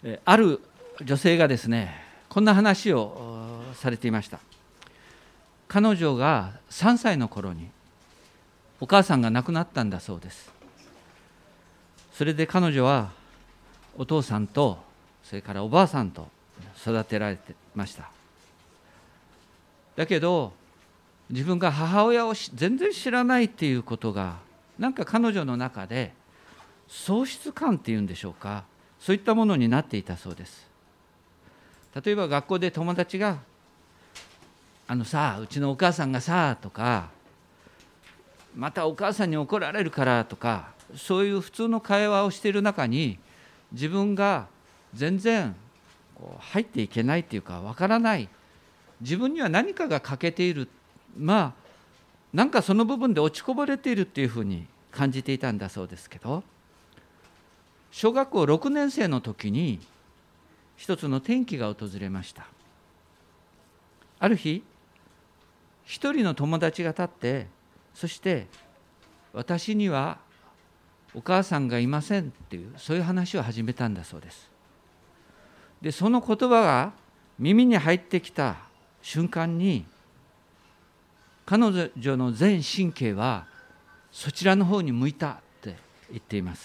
ある女性がですね、こんな話をされていました。彼女が3歳の頃にお母さんが亡くなったんだそうです。それで彼女はお父さんとそれからおばあさんと育てられてました。だけど自分が母親を全然知らないっていうことがなんか彼女の中で喪失感っていうんでしょうか、そういったものになっていたそうです。例えば学校で友達がさあうちのお母さんがさあとか、またお母さんに怒られるからとか、そういう普通の会話をしている中に自分が全然入っていけないっていうか、わからない、自分には何かが欠けている、なんかその部分で落ちこぼれているっていうふうに感じていたんだそうですけど、小学校6年生の時に一つの転機が訪れました。ある日、一人の友達が立って、そして私にはお母さんがいませんっていう、そういう話を始めたんだそうです。で、その言葉が耳に入ってきた瞬間に、彼女の全神経はそちらの方に向いたって言っています。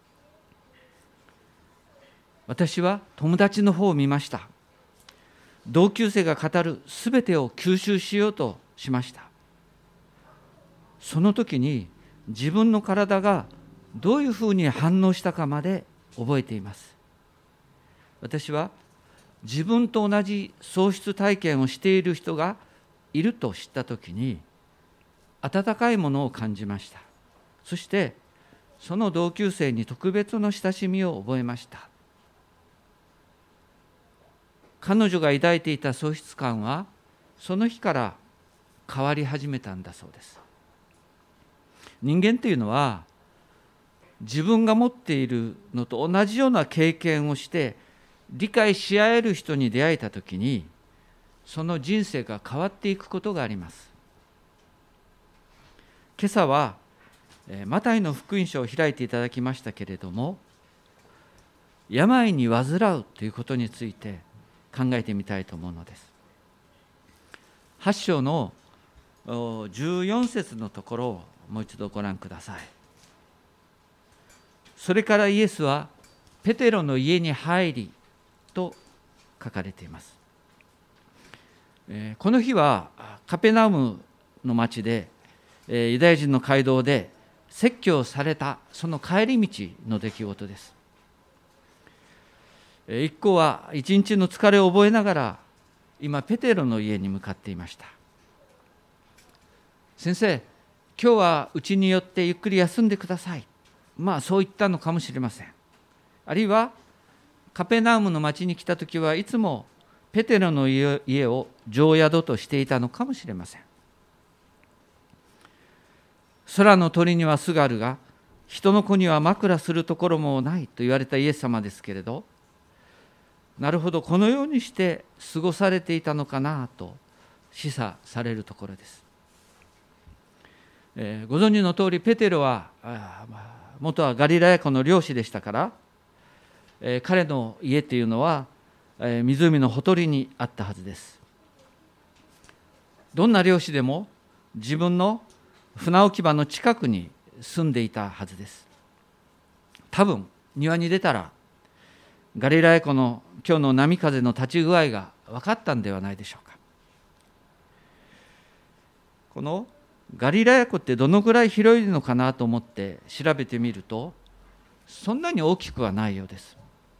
私は友達の方を見ました。同級生が語るすべてを吸収しようとしました。その時に自分の体がどういうふうに反応したかまで覚えています。私は自分と同じ喪失体験をしている人がいると知った時に温かいものを感じました。そしてその同級生に特別の親しみを覚えました。彼女が抱いていた喪失感はその日から変わり始めたんだそうです。人間というのは自分が持っているのと同じような経験をして理解し合える人に出会えたときに、その人生が変わっていくことがあります。今朝はマタイの福音書を開いていただきましたけれども、病に患うということについて考えてみたいと思うのです。8章の14節のところをもう一度ご覧ください。それからイエスはペテロの家に入りと書かれています。この日はカペナウムの町でユダヤ人の街道で説教されたその帰り道の出来事です。一行は一日の疲れを覚えながら今ペテロの家に向かっていました。先生、今日はうちに寄ってゆっくり休んでください。そう言ったのかもしれません。あるいはカペナウムの町に来たときはいつもペテロの家を常宿としていたのかもしれません。空の鳥には巣があるが人の子には枕するところもないと言われたイエス様ですけれど、なるほど、このようにして過ごされていたのかなと示唆されるところです。ご存知の通りペテロは元はガリラヤ湖の漁師でしたから、彼の家というのは湖のほとりにあったはずです。どんな漁師でも自分の船置き場の近くに住んでいたはずです。多分庭に出たらガリラヤ湖の今日の波風の立ち具合が分かったんではないでしょうか。このガリラヤ湖ってどのくらい広いのかなと思って調べてみると、そんなに大きくはないようです。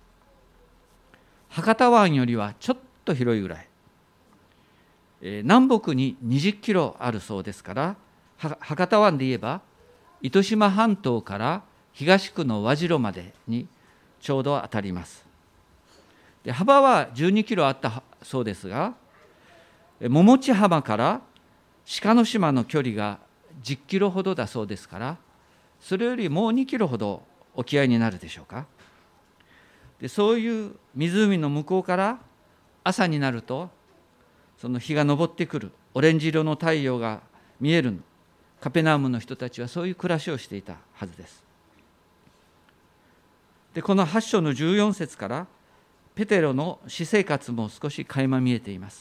博多湾よりはちょっと広いぐらい、南北に20キロあるそうですから、博多湾で言えば糸島半島から東区の和白までにちょうど当たります。で、幅は12キロあったそうですが、桃地浜から鹿の島の距離が10キロほどだそうですから、それよりもう2キロほど沖合になるでしょうか。で、そういう湖の向こうから朝になるとその日が昇ってくるオレンジ色の太陽が見えるカペナウムの人たちはそういう暮らしをしていたはずです。で、この8章の14節からペテロの私生活も少し垣間見えています。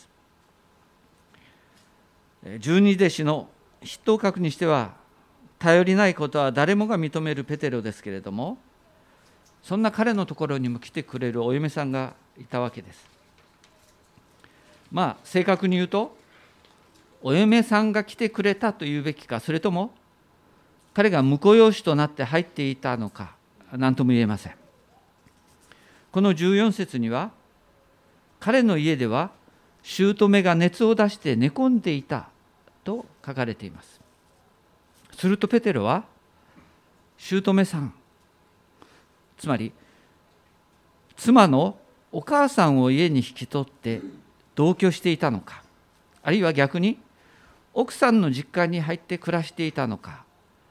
十二弟子の筆頭格にしては頼りないことは誰もが認めるペテロですけれども、そんな彼のところにも来てくれるお嫁さんがいたわけです。正確に言うと、お嫁さんが来てくれたというべきか、それとも彼が婿養子となって入っていたのか、何とも言えません。この14節には、彼の家では姑が熱を出して寝込んでいたと書かれています。するとペテロは、姑さん、つまり妻のお母さんを家に引き取って同居していたのか、あるいは逆に奥さんの実家に入って暮らしていたのか、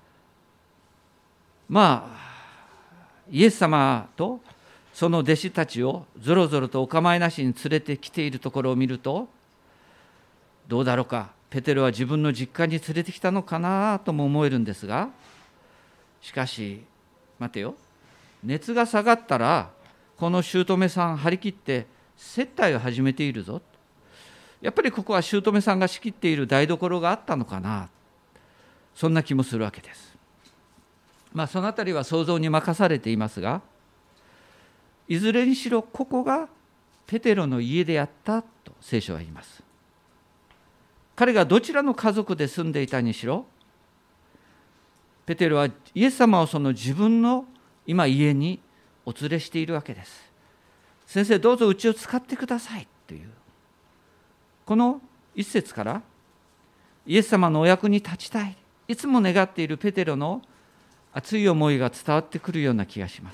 イエス様とその弟子たちをぞろぞろとお構いなしに連れてきているところを見ると、どうだろうか、ペテロは自分の実家に連れてきたのかなとも思えるんですが、しかし待てよ、熱が下がったらこの姑さん張り切って接待を始めているぞ。やっぱりここは姑さんが仕切っている台所があったのかな、そんな気もするわけです。そのあたりは想像に任されていますが、いずれにしろここがペテロの家であったと聖書は言います。彼がどちらの家族で住んでいたにしろ、ペテロはイエス様をその自分の今家にお連れしているわけです。先生、どうぞうちを使ってくださいという、この一節からイエス様のお役に立ちたい、いつも願っているペテロの熱い思いが伝わってくるような気がします。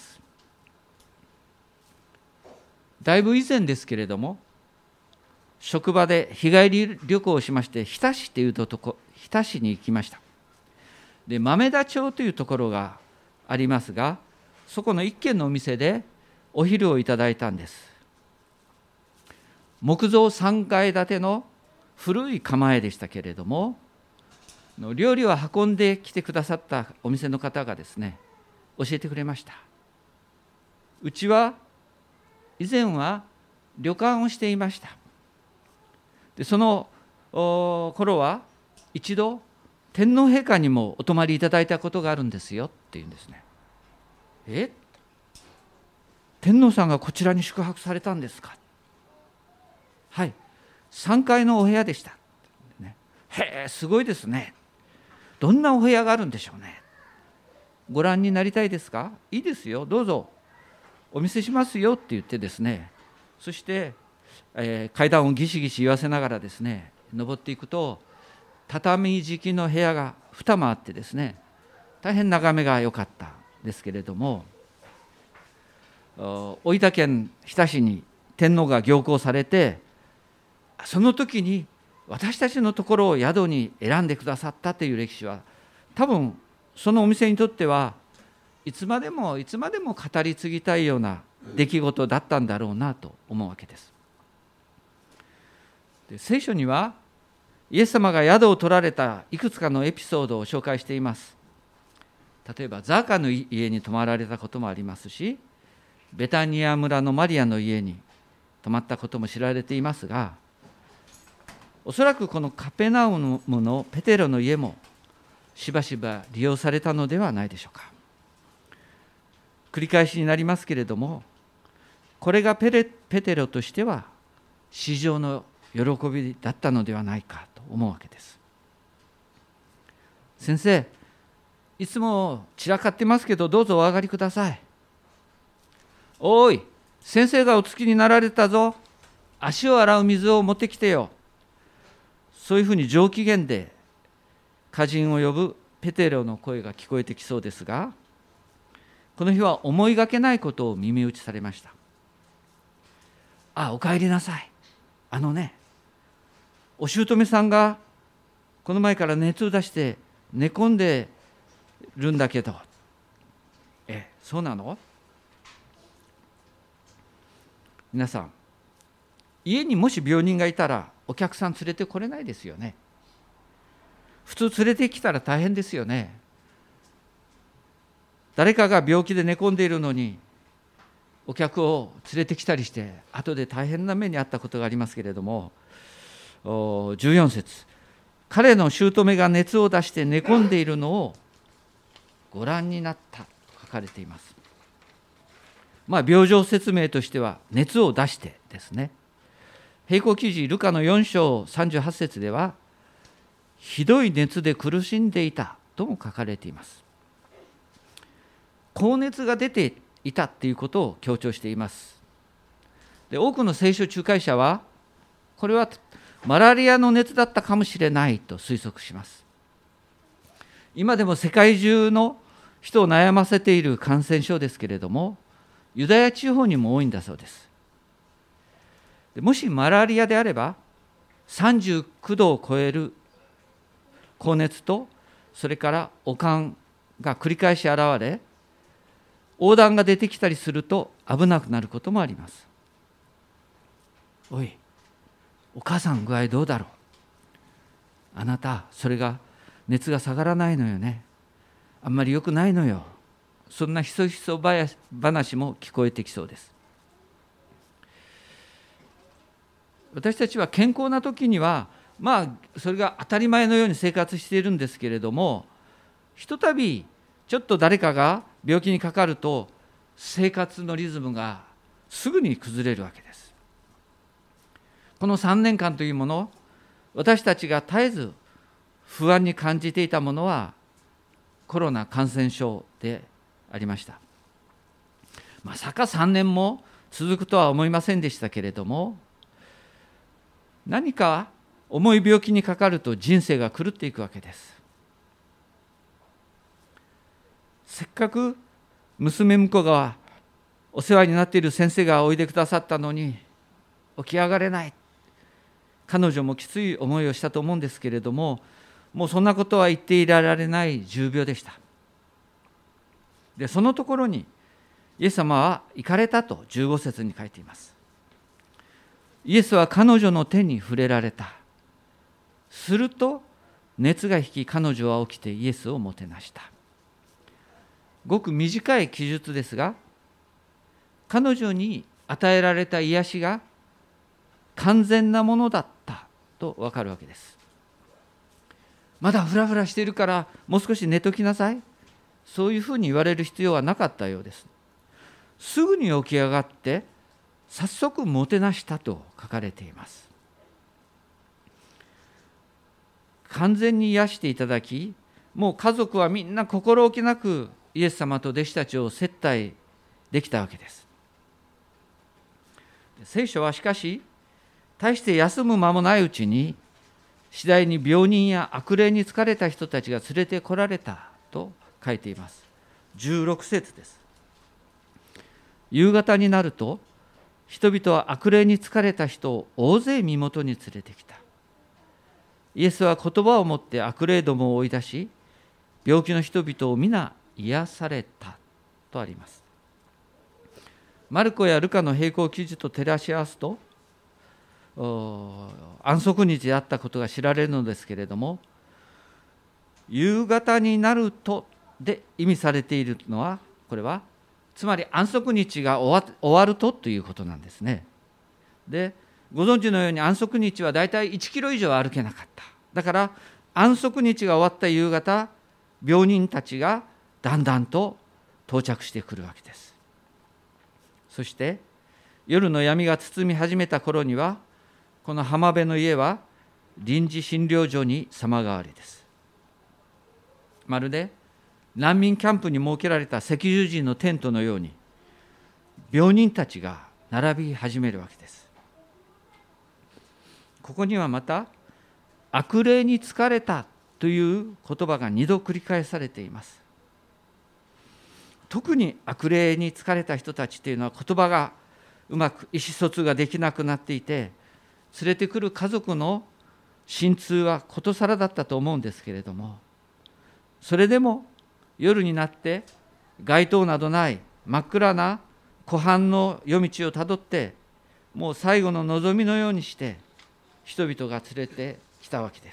だいぶ以前ですけれども、職場で日帰り旅行をしまして、日田市というとこ、日田市に行きました。で、豆田町というところがありますが、そこの一軒のお店でお昼をいただいたんです。木造3階建ての古い構えでしたけれども、料理を運んできてくださったお店の方がですね、教えてくれました。うちは以前は旅館をしていました。で、その頃は一度天皇陛下にもお泊まりいただいたことがあるんですよっていうんですね。天皇さんがこちらに宿泊されたんですか。はい、3階のお部屋でした。へえ、すごいですね。どんなお部屋があるんでしょうね。ご覧になりたいですか。いいですよ、どうぞお見せしますよって言ってですね、そして、階段をギシギシ言わせながらですね、登っていくと畳敷きの部屋が2間あってですね、大変眺めが良かったんですけれども、大分県日田市に天皇が行幸されて、その時に私たちのところを宿に選んでくださったという歴史は、多分そのお店にとってはいつまでも語り継ぎたいような出来事だったんだろうなと思うわけです。で、聖書にはイエス様が宿を取られたいくつかのエピソードを紹介しています。例えばザーカの家に泊まられたこともありますし、ベタニア村のマリアの家に泊まったことも知られていますが、おそらくこのカペナウムのペテロの家もしばしば利用されたのではないでしょうか。繰り返しになりますけれども、これがペテロとしては至上の喜びだったのではないかと思うわけです。先生、いつも散らかってますけど、どうぞお上がりください。おい、先生がお着きになられたぞ。足を洗う水を持ってきてよ。そういうふうに上機嫌で歌人を呼ぶペテロの声が聞こえてきそうですが、この日は思いがけないことを耳打ちされました。お帰りなさい。お姑さんがこの前から熱を出して寝込んでるんだけど。そうなの？皆さん、家にもし病人がいたらお客さん連れてこれないですよね。普通連れてきたら大変ですよね。誰かが病気で寝込んでいるのにお客を連れてきたりして後で大変な目に遭ったことがありますけれども、14節、彼の姑が熱を出して寝込んでいるのをご覧になったと書かれています。病状説明としては熱を出してですね。並行記事ルカの4章38節ではひどい熱で苦しんでいたとも書かれています。高熱が出ていたということを強調しています。で、多くの聖書仲介者はこれはマラリアの熱だったかもしれないと推測します。今でも世界中の人を悩ませている感染症ですけれども、ユダヤ地方にも多いんだそうです。もしマラリアであれば39度を超える高熱と、それから悪寒が繰り返し現れ、黄疸が出てきたりすると危なくなることもあります。おい、お母さん具合どうだろう、あなたそれが熱が下がらないのよね、あんまり良くないのよ、そんなひそひそ話も聞こえてきそうです。私たちは健康な時にはそれが当たり前のように生活しているんですけれども、ひとたびちょっと誰かが病気にかかると生活のリズムがすぐに崩れるわけです。この3年間というもの、私たちが絶えず不安に感じていたものはコロナ感染症でありました。まさか3年も続くとは思いませんでしたけれども、何か重い病気にかかると人生が狂っていくわけです。せっかく娘婿がお世話になっている先生がおいでくださったのに起き上がれない。彼女もきつい思いをしたと思うんですけれども、もうそんなことは言っていられない重病でした。で、そのところにイエス様は行かれたと15節に書いています。イエスは彼女の手に触れられた。すると熱が引き、彼女は起きてイエスをもてなした。ごく短い記述ですが、彼女に与えられた癒しが完全なものだったと分かるわけです。まだフラフラしているからもう少し寝ときなさい、そういうふうに言われる必要はなかったようです。すぐに起き上がって早速もてなしたと書かれています。完全に癒していただき、もう家族はみんな心置きなくイエス様と弟子たちを接待できたわけです。聖書はしかし、大して休む間もないうちに次第に病人や悪霊に疲れた人たちが連れてこられたと書いています。16節です。夕方になると人々は悪霊に疲れた人を大勢身元に連れてきた。イエスは言葉をもって悪霊どもを追い出し、病気の人々を皆癒されたとあります。マルコやルカの並行記事と照らし合わすと、安息日であったことが知られるのですけれども、夕方になるとで意味されているのは、これはつまり安息日が終わるとということなんですね。で、ご存知のように安息日はだいたい1キロ以上歩けなかった。だから安息日が終わった夕方、病人たちがだんだんと到着してくるわけです。そして夜の闇が包み始めた頃には、この浜辺の家は臨時診療所に様変わりです。まるで難民キャンプに設けられた赤十字のテントのように、病人たちが並び始めるわけです。ここにはまた悪霊に疲れたという言葉が2度繰り返されています。特に悪霊に疲れた人たちというのは言葉がうまく意思疎通ができなくなっていて、連れてくる家族の心痛はことさらだったと思うんですけれども、それでも夜になって街灯などない真っ暗な湖畔の夜道をたどって、もう最後の望みのようにして人々が連れてきたわけです。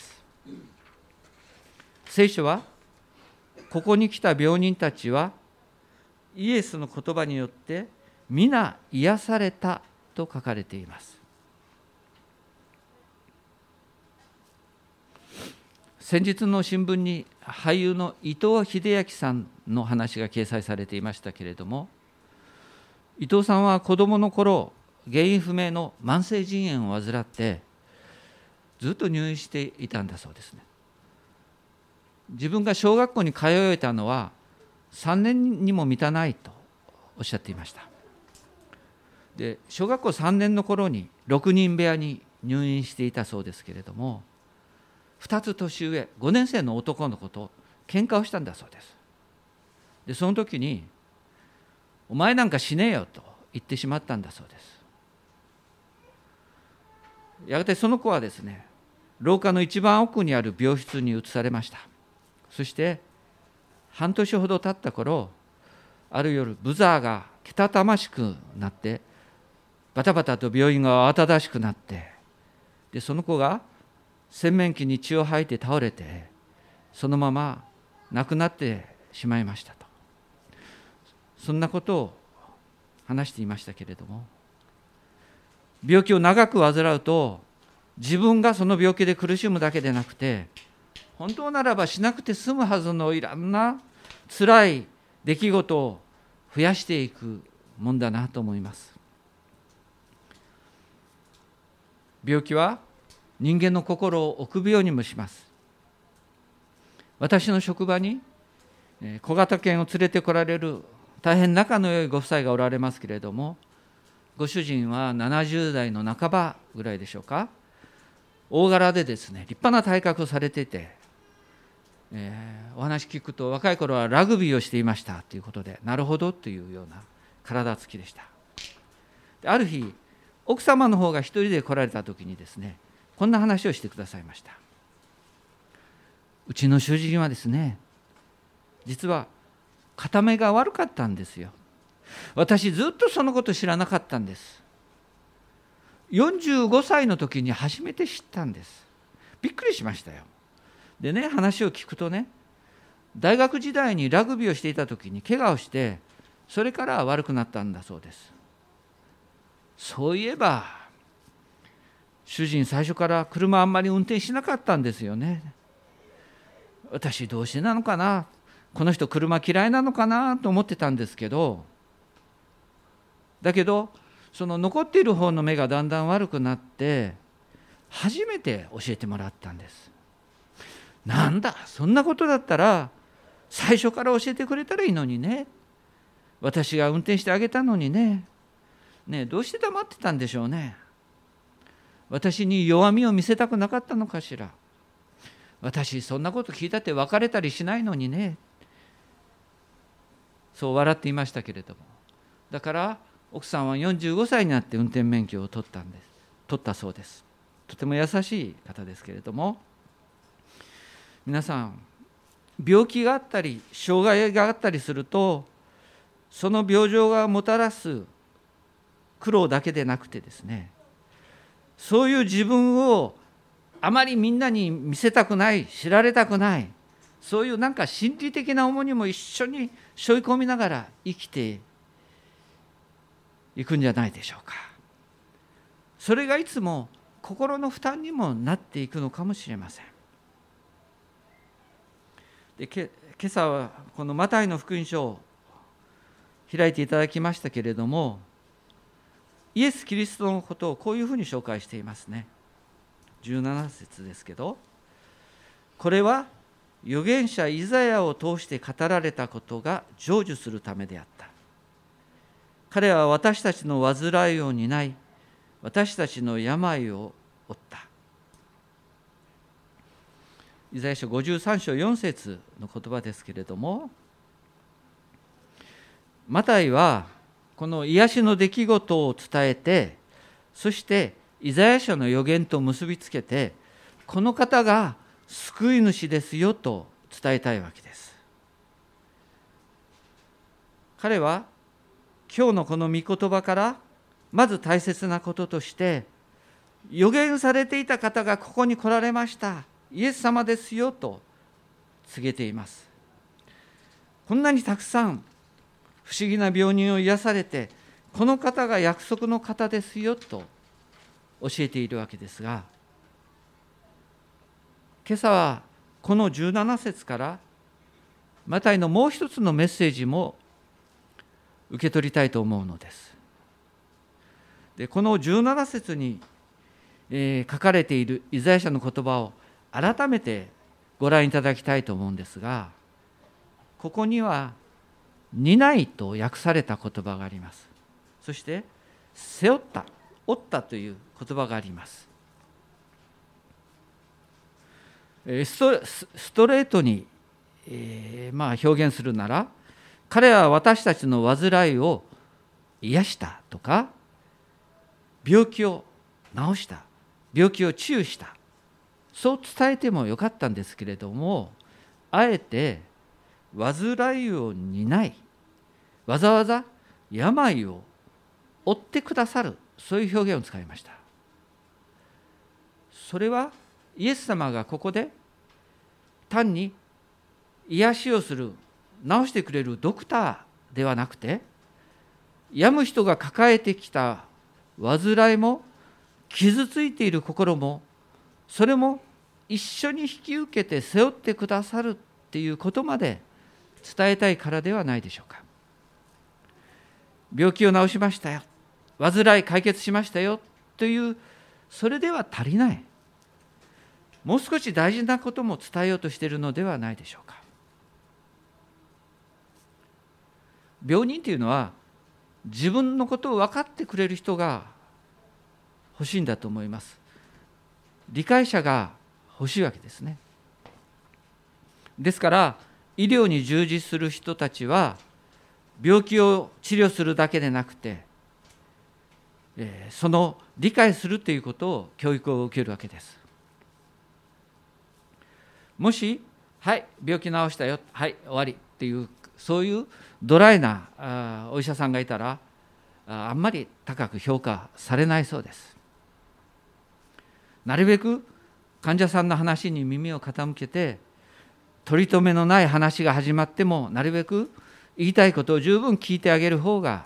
聖書はここに来た病人たちはイエスの言葉によって皆癒されたと書かれています。先日の新聞に俳優の伊藤英明さんの話が掲載されていましたけれども、伊藤さんは子どもの頃、原因不明の慢性腎炎を患ってずっと入院していたんだそうですね。自分が小学校に通えたのは3年にも満たないとおっしゃっていました。で、小学校3年の頃に6人部屋に入院していたそうですけれども、2つ年上5年生の男の子と喧嘩をしたんだそうです。で、その時にお前なんか死ねえよと言ってしまったんだそうです。やがてその子はですね、廊下の一番奥にある病室に移されました。そして半年ほど経った頃、ある夜ブザーがけたたましくなって、バタバタと病院が慌ただしくなって、でその子が洗面器に血を吐いて倒れて、そのまま亡くなってしまいましたと、そんなことを話していましたけれども、病気を長く患うと、自分がその病気で苦しむだけでなくて、本当ならばしなくて済むはずのいろんな辛い出来事を増やしていくもんだなと思います。病気は人間の心を臆病にもします。私の職場に小型犬を連れてこられる大変仲の良いご夫妻がおられますけれども、ご主人は70代の半ばぐらいでしょうか。大柄でですね、立派な体格をされていて、お話聞くと若い頃はラグビーをしていましたということで、なるほどというような体つきでした。で、ある日奥様の方が一人で来られた時にですね、こんな話をしてくださいました。うちの主人はですね、実は片目が悪かったんですよ。私ずっとそのこと知らなかったんです。45歳の時に初めて知ったんです。びっくりしましたよ。でね、話を聞くとね、大学時代にラグビーをしていた時に怪我をして、それから悪くなったんだそうです。そういえば主人最初から車あんまり運転しなかったんですよね。私どうしてなのかな、この人車嫌いなのかなと思ってたんですけど、だけどその残っている方の目がだんだん悪くなって、初めて教えてもらったんです。なんだ、そんなことだったら最初から教えてくれたらいいのにね、私が運転してあげたのにね、どうして黙ってたんでしょうね。私に弱みを見せたくなかったのかしら。私そんなこと聞いたって別れたりしないのにね、そう笑っていましたけれども、だから奥さんは45歳になって運転免許を取ったそうです。とても優しい方ですけれども、皆さん、病気があったり障害があったりすると、その病状がもたらす苦労だけでなくてですね、そういう自分をあまりみんなに見せたくない、知られたくない、そういうなんか心理的な重荷も一緒に背負い込みながら生きていくんじゃないでしょうか。それがいつも心の負担にもなっていくのかもしれません。で、今朝はこのマタイの福音書を開いていただきましたけれども、イエス・キリストのことをこういうふうに紹介していますね。17節ですけど、これは預言者イザヤを通して語られたことが成就するためであった。彼は私たちの患いを担い、私たちの病を負った。イザヤ書53章4節の言葉ですけれども、マタイはこの癒しの出来事を伝えて、そしてイザヤ書の預言と結びつけて、この方が救い主ですよと伝えたいわけです。彼は今日のこの御言葉からまず大切なこととして、預言されていた方がここに来られました、イエス様ですよと告げています。こんなにたくさん不思議な病人を癒されて、 この方が約束の方ですよと教えているわけですが、今朝はこの17節からマタイのもう一つのメッセージも受け取りたいと思うのです。で、この17節に、書かれているイザヤ書の言葉を改めてご覧いただきたいと思うんですが、ここには担いと訳された言葉があります。そして背負った、負ったという言葉があります。ストレートに、表現するなら、彼は私たちの患いを癒したとか、病気を治した、病気を治癒した、そう伝えてもよかったんですけれども、あえて患いを担い、わざわざ病を負ってくださる、そういう表現を使いました。それはイエス様がここで単に癒しをする、治してくれるドクターではなくて、病む人が抱えてきた患いも傷ついている心も、それも一緒に引き受けて背負ってくださるっていうことまで伝えたいからではないでしょうか。病気を治しましたよ、患い解決しましたよという、それでは足りない、もう少し大事なことも伝えようとしているのではないでしょうか。病人というのは自分のことを分かってくれる人が欲しいんだと思います。理解者が欲しいわけですね。ですから医療に従事する人たちは病気を治療するだけでなくて、その理解するということを教育を受けるわけです。もし、はい、病気治したよ、はい、終わりっていう、そういうドライなお医者さんがいたら、あんまり高く評価されないそうです。なるべく患者さんの話に耳を傾けて、取り留めのない話が始まっても、なるべく言いたいことを十分聞いてあげる方が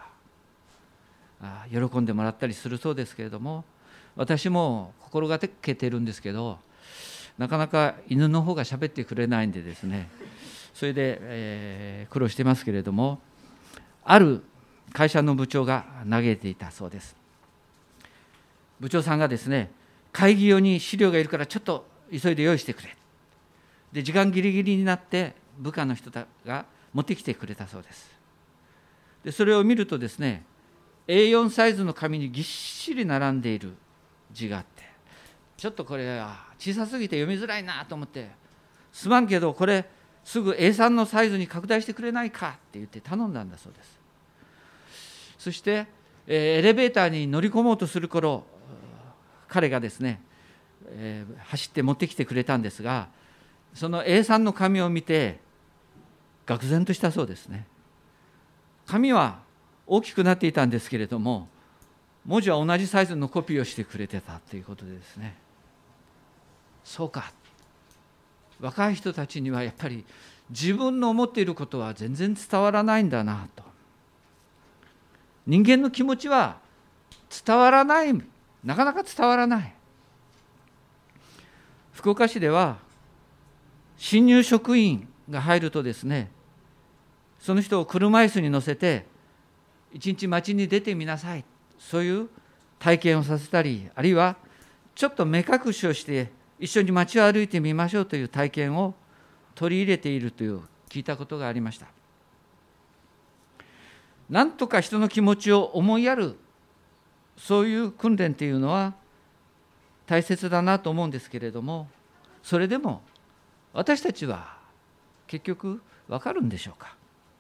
喜んでもらったりするそうですけれども、私も心がけてるんですけど、なかなか犬の方が喋ってくれないんでですね、それで、苦労してますけれども、ある会社の部長が嘆いていたそうです。部長さんがですね、会議用に資料がいるからちょっと急いで用意してくれ。で、時間ギリギリになって部下の人が持ってきてくれたそうです。で、それを見るとですね、A4 サイズの紙にぎっしり並んでいる字があって、ちょっとこれは小さすぎて読みづらいなと思って、すまんけどこれすぐ A3 のサイズに拡大してくれないかって言って頼んだんだそうです。そしてエレベーターに乗り込もうとする頃、彼がですね、走って持ってきてくれたんですが、その A3 の紙を見て愕然としたそうですね。紙は大きくなっていたんですけれども、文字は同じサイズのコピーをしてくれてたということでですね、そうか、若い人たちにはやっぱり自分の思っていることは全然伝わらないんだなと。人間の気持ちは伝わらない、なかなか伝わらない。福岡市では新入職員が入るとですね、その人を車椅子に乗せて一日街に出てみなさい、そういう体験をさせたり、あるいはちょっと目隠しをして一緒に街を歩いてみましょうという体験を取り入れているという聞いたことがありました。なんとか人の気持ちを思いやる、そういう訓練というのは大切だなと思うんですけれども、それでも私たちは結局分かるんでしょうか。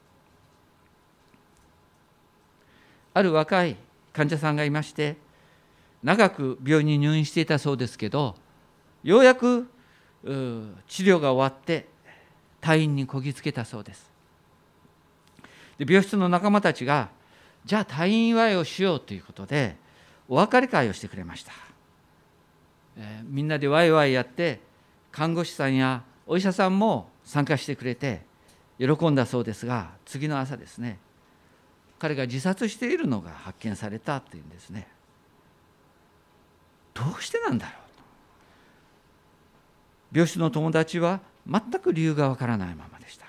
ある若い患者さんがいまして、長く病院に入院していたそうですけど、ようやく治療が終わって退院にこぎつけたそうです。で、病室の仲間たちが、じゃあ退院祝いをしようということでお別れ会をしてくれました。みんなでワイワイやって、看護師さんやお医者さんも参加してくれて喜んだそうですが、次の朝ですね、 彼が自殺しているのが発見されたというんですね。どうしてなんだろう。病室の友達は全く理由がわからないままでした。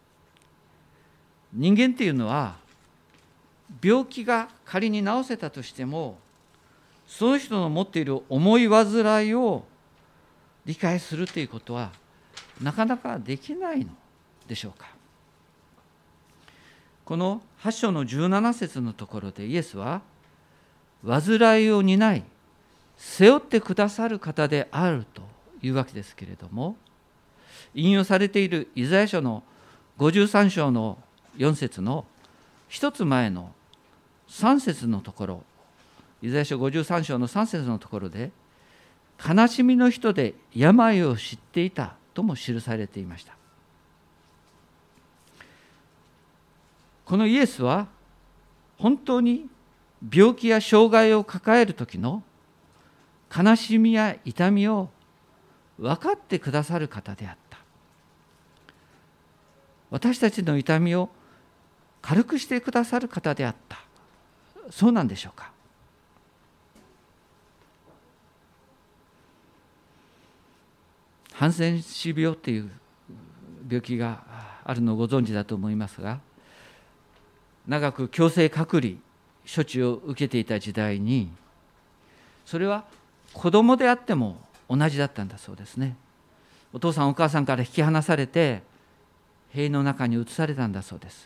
人間っていうのは、病気が仮に治せたとしても、その人の持っている重い患いを理解するということはなかなかできないのでしょうか。この8章の17節のところでイエスは、患いを担い背負ってくださる方であるというわけですけれども、引用されているイザヤ書の53章の4節の一つ前の3節のところ、イザヤ書53章の3節のところで、悲しみの人で病を知っていたとも記されていました。このイエスは本当に病気や障害を抱える時の悲しみや痛みを分かってくださる方であった。私たちの痛みを軽くしてくださる方であった。そうなんでしょうか。ハンセン氏病という病気があるのをご存知だと思いますが、長く強制隔離処置を受けていた時代に、それは子供であっても同じだったんだそうですね。お父さんお母さんから引き離されて塀の中に移されたんだそうです。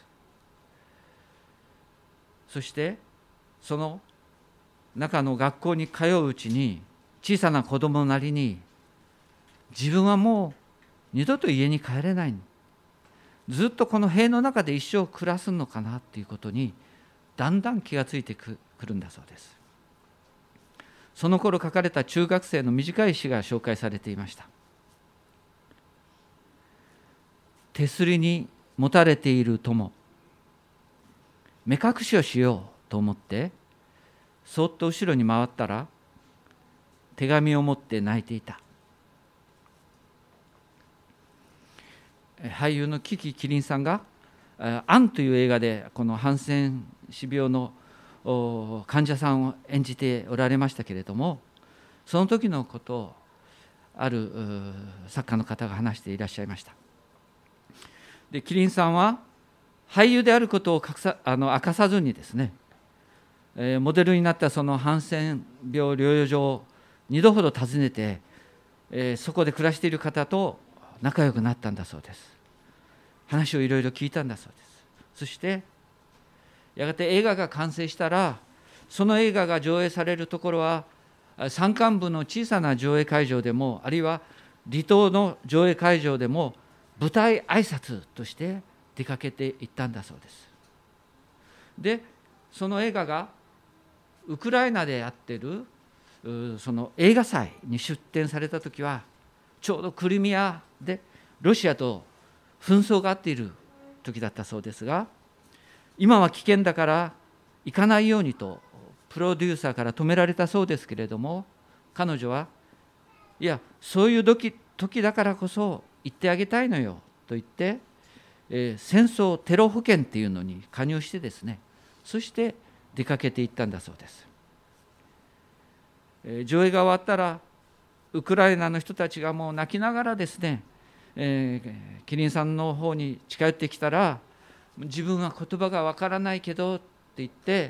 そしてその中の学校に通ううちに、小さな子供なりに、自分はもう二度と家に帰れない、ずっとこの塀の中で一生暮らすのかなということにだんだん気がついてくるんだそうです。その頃書かれた中学生の短い詩が紹介されていました。手すりに持たれている友、目隠しをしようと思ってそっと後ろに回ったら、手紙を持って泣いていた。俳優の樹木希林さんがアンという映画でこのハンセン氏病の患者さんを演じておられましたけれども、その時のことをある作家の方が話していらっしゃいました。で、希林さんは俳優であることを明かさずにですね、モデルになったそのハンセン病療養所を2度ほど訪ねて、そこで暮らしている方と仲良くなったんだそうです。話をいろいろ聞いたんだそうです。そしてやがて映画が完成したら、その映画が上映されるところは山間部の小さな上映会場でも、あるいは離島の上映会場でも舞台挨拶として出かけていったんだそうです。で、その映画がウクライナでやってるその映画祭に出展された時は、ちょうどクリミアでロシアと紛争があっている時だったそうですが、今は危険だから行かないようにとプロデューサーから止められたそうですけれども、彼女は、いや、そういう時だからこそ行ってあげたいのよと言って、戦争テロ保険っていうのに加入してですね、そして出かけていったんだそうです。上映が終わったら、ウクライナの人たちがもう泣きながらですね、キリンさんの方に近寄ってきたら、自分は言葉がわからないけどって言って、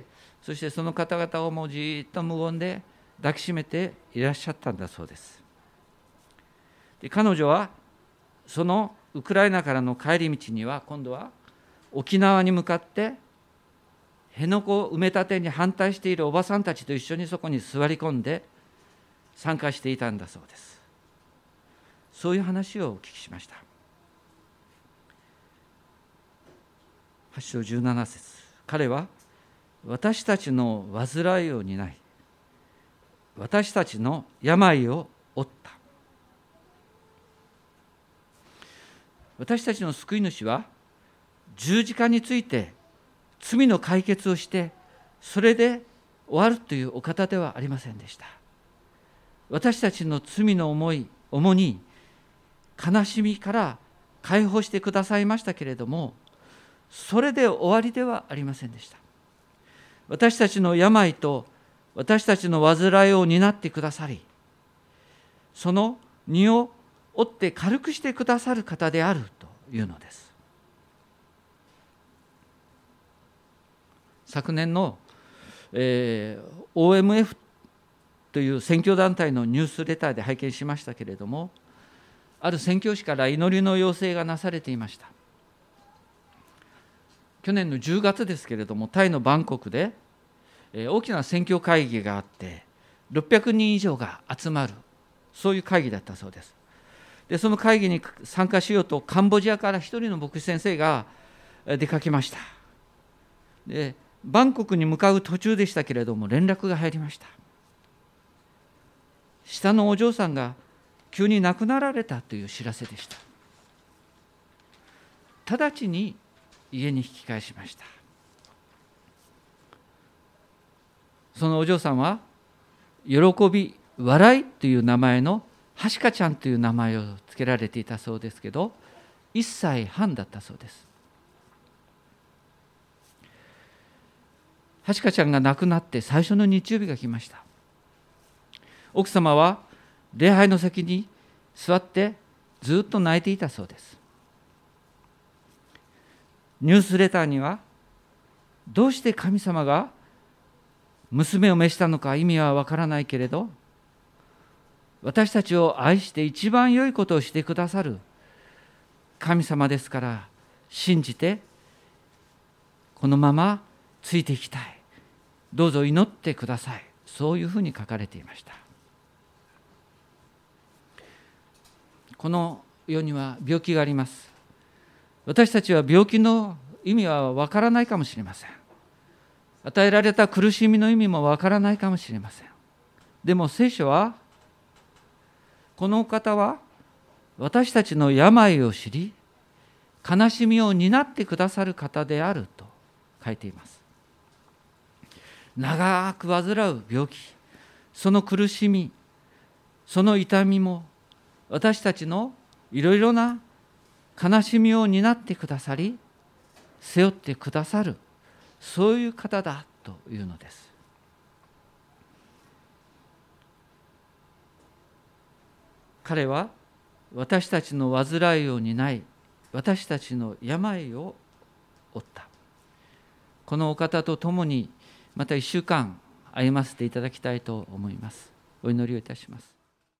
そしてその方々をもうじっと無言で抱きしめていらっしゃったんだそうです。で、彼女はそのウクライナからの帰り道には、今度は沖縄に向かって辺野古埋め立てに反対しているおばさんたちと一緒にそこに座り込んで参加していたんだそうです。そういう話をお聞きしました。8章17節、彼は私たちの患いを担い、私たちの病を負った。私たちの救い主は十字架について罪の解決をして、それで終わるというお方ではありませんでした。私たちの罪の重荷、悲しみから解放してくださいましたけれども、それで終わりではありませんでした。 私たちの病と私たちの患いを担ってくださり、その荷を負って軽くしてくださる方であるというのです。昨年の、OMF という宣教団体のニュースレターで拝見しましたけれども、ある宣教師から祈りの要請がなされていました。去年の10月ですけれども、タイのバンコクで大きな宣教会議があって、600人以上が集まる、そういう会議だったそうです。で、その会議に参加しようと、カンボジアから一人の牧師先生が出かけました。で、バンコクに向かう途中でしたけれども、連絡が入りました。下のお嬢さんが急に亡くなられたという知らせでした。直ちに家に引き返しました。そのお嬢さんは、喜び、笑いという名前のはしかちゃんという名前を付けられていたそうですけど、1歳半だったそうです。はしかちゃんが亡くなって最初の日曜日が来ました。奥様は礼拝の席に座ってずっと泣いていたそうです。ニュースレターには、どうして神様が娘を召したのか意味はわからないけれど、私たちを愛して一番良いことをしてくださる神様ですから、信じてこのままついていきたい。どうぞ祈ってください。そういうふうに書かれていました。この世には病気があります。私たちは病気の意味はわからないかもしれません。与えられた苦しみの意味もわからないかもしれません。でも聖書は、このお方は私たちの病を知り、悲しみを担ってくださる方であると書いています。長く患う病気、その苦しみ、その痛みも私たちのいろいろな悲しみを担ってくださり、背負ってくださる、そういう方だというのです。彼は私たちの患いを担い、私たちの病を負った。このお方と共にまた1週間歩ませていただきたいと思います。お祈りをいたします。